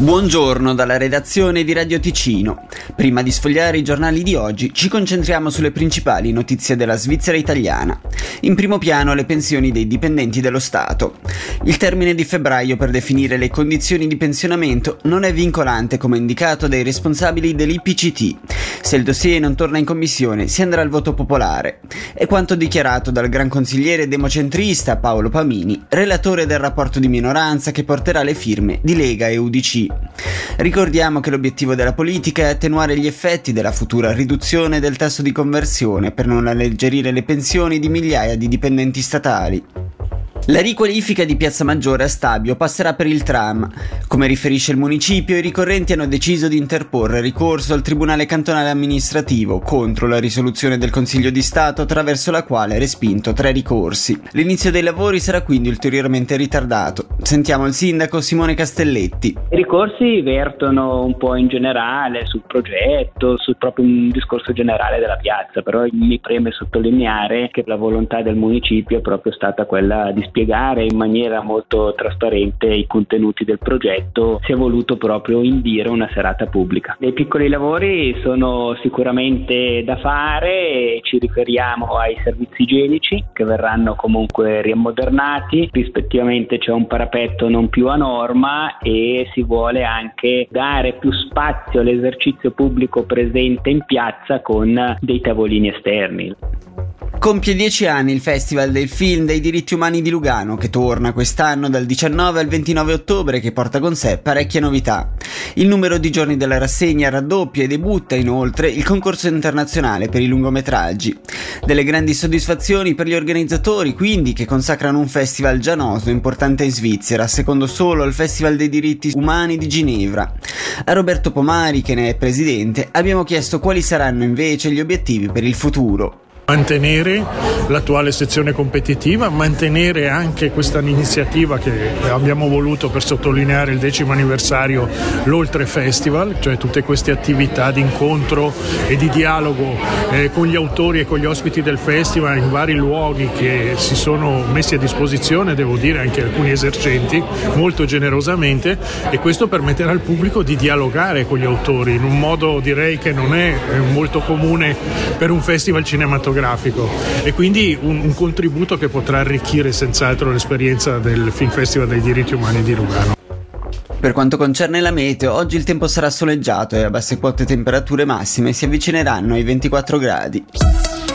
Buongiorno dalla redazione di Radio Ticino. Prima di sfogliare i giornali di oggi ci concentriamo sulle principali notizie della Svizzera italiana. In primo piano le pensioni dei dipendenti dello Stato. Il termine di febbraio per definire le condizioni di pensionamento non è vincolante come indicato dai responsabili dell'IPCT. Se il dossier non torna in commissione si andrà al voto popolare. È quanto dichiarato dal gran consigliere democentrista Paolo Pamini, relatore del rapporto di minoranza che porterà le firme di Lega e UDC. Ricordiamo che l'obiettivo della politica è attenuare gli effetti della futura riduzione del tasso di conversione per non alleggerire le pensioni di migliaia di dipendenti statali. La riqualifica di Piazza Maggiore a Stabio passerà per il tram. Come riferisce il municipio, i ricorrenti hanno deciso di interporre ricorso al Tribunale Cantonale Amministrativo contro la risoluzione del Consiglio di Stato attraverso la quale ha respinto 3 ricorsi. L'inizio dei lavori sarà quindi ulteriormente ritardato. Sentiamo il sindaco Simone Castelletti. I ricorsi vertono un po' in generale sul progetto, sul proprio un discorso generale della piazza, però mi preme sottolineare che la volontà del municipio è proprio stata quella di spiegare in maniera molto trasparente i contenuti del progetto. Si è voluto proprio indire una serata pubblica. Dei piccoli lavori sono sicuramente da fare, ci riferiamo ai servizi igienici che verranno comunque riammodernati, rispettivamente c'è un parapetto non più a norma e si vuole anche dare più spazio all'esercizio pubblico presente in piazza con dei tavolini esterni. Compie 10 anni il Festival del Film dei Diritti Umani di Lugano, che torna quest'anno dal 19 al 29 ottobre, che porta con sé parecchie novità. Il numero di giorni della rassegna raddoppia e debutta inoltre il concorso internazionale per i lungometraggi. Delle grandi soddisfazioni per gli organizzatori, quindi, che consacrano un festival già noto e importante in Svizzera, secondo solo al Festival dei Diritti Umani di Ginevra. A Roberto Pomari, che ne è presidente, abbiamo chiesto quali saranno invece gli obiettivi per il futuro. Mantenere l'attuale sezione competitiva, mantenere anche questa iniziativa che abbiamo voluto per sottolineare il 10° anniversario, l'Oltre Festival, cioè tutte queste attività di incontro e di dialogo con gli autori e con gli ospiti del festival in vari luoghi che si sono messi a disposizione, devo dire anche alcuni esercenti, molto generosamente, e questo permetterà al pubblico di dialogare con gli autori in un modo, direi, che non è molto comune per un festival cinematografico, e quindi un contributo che potrà arricchire senz'altro l'esperienza del Film Festival dei Diritti Umani di Lugano. Per quanto concerne la meteo, oggi il tempo sarà soleggiato e a basse quote temperature massime si avvicineranno ai 24 gradi.